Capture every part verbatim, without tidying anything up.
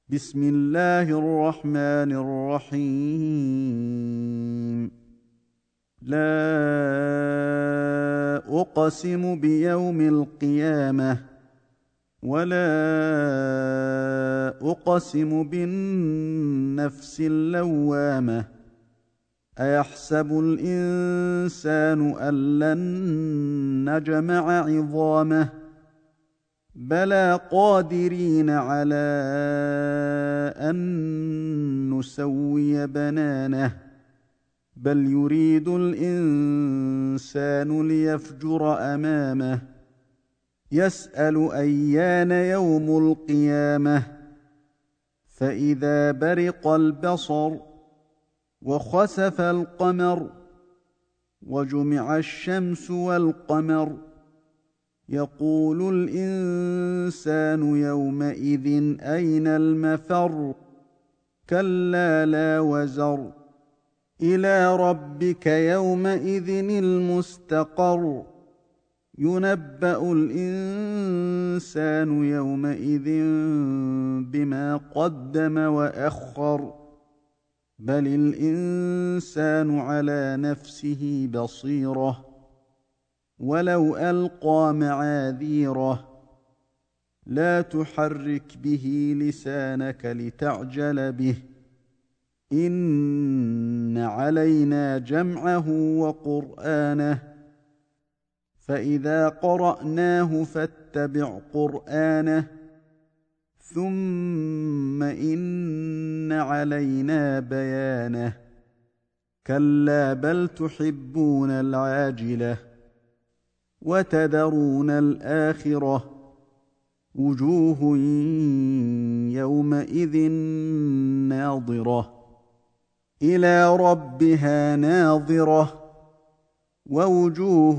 بسم الله الرحمن الرحيم. لا أقسم بيوم القيامة ولا أقسم بالنفس اللوامة. أيحسب الإنسان أن لن نجمع عظامه بلى قادرين على أن نسوي بنانه بل يريد الإنسان ليفجر أمامه يسأل أيان يوم القيامة فإذا برق البصر وخسف القمر وجمع الشمس والقمر يقول الإنسان يومئذ أين المفر كلا لا وزر إلى ربك يومئذ المستقر ينبأ الإنسان يومئذ بما قدم وأخر بل الإنسان على نفسه بصيرة ولو ألقى معاذيره لا تحرك به لسانك لتعجل به إن علينا جمعه وقرآنه فإذا قرأناه فاتبع قرآنه ثم إن علينا بيانه كلا بل تحبون العاجلة وتذرون الآخرة وجوه يومئذ ناظرة إلى ربها ناظرة ووجوه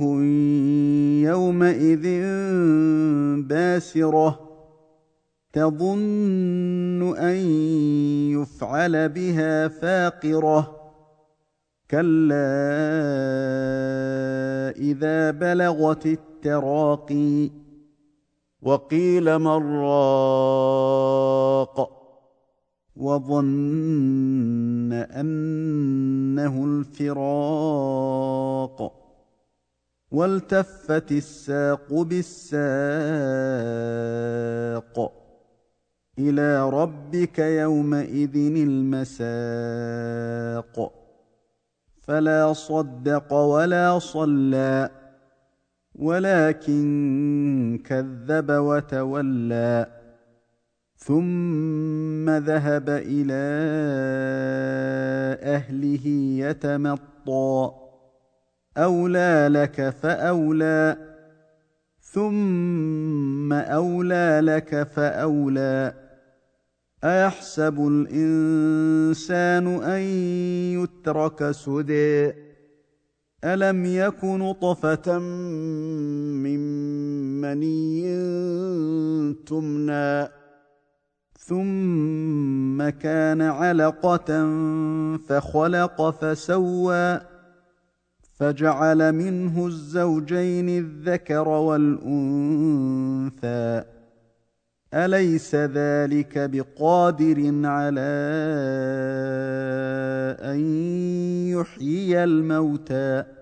يومئذ باسرة تظن أن يفعل بها فاقرة كلا إذا بلغت التراقي وقيل من راق وظن أنه الفراق والتفت الساق بالساق إلى ربك يومئذ المساق فلا صدق ولا صلى ولكن كذب وتولى ثم ذهب إلى أهله يتمطى أولى لك فأولى ثم أولى لك فأولى أيحسب الإنسان أن يترك سدى ألم يك نطفة من مني تمنى ثم كان علقة فخلق فسوى فجعل منه الزوجين الذكر والأنثى أليس ذلك بقادر على أن يحيي الموتى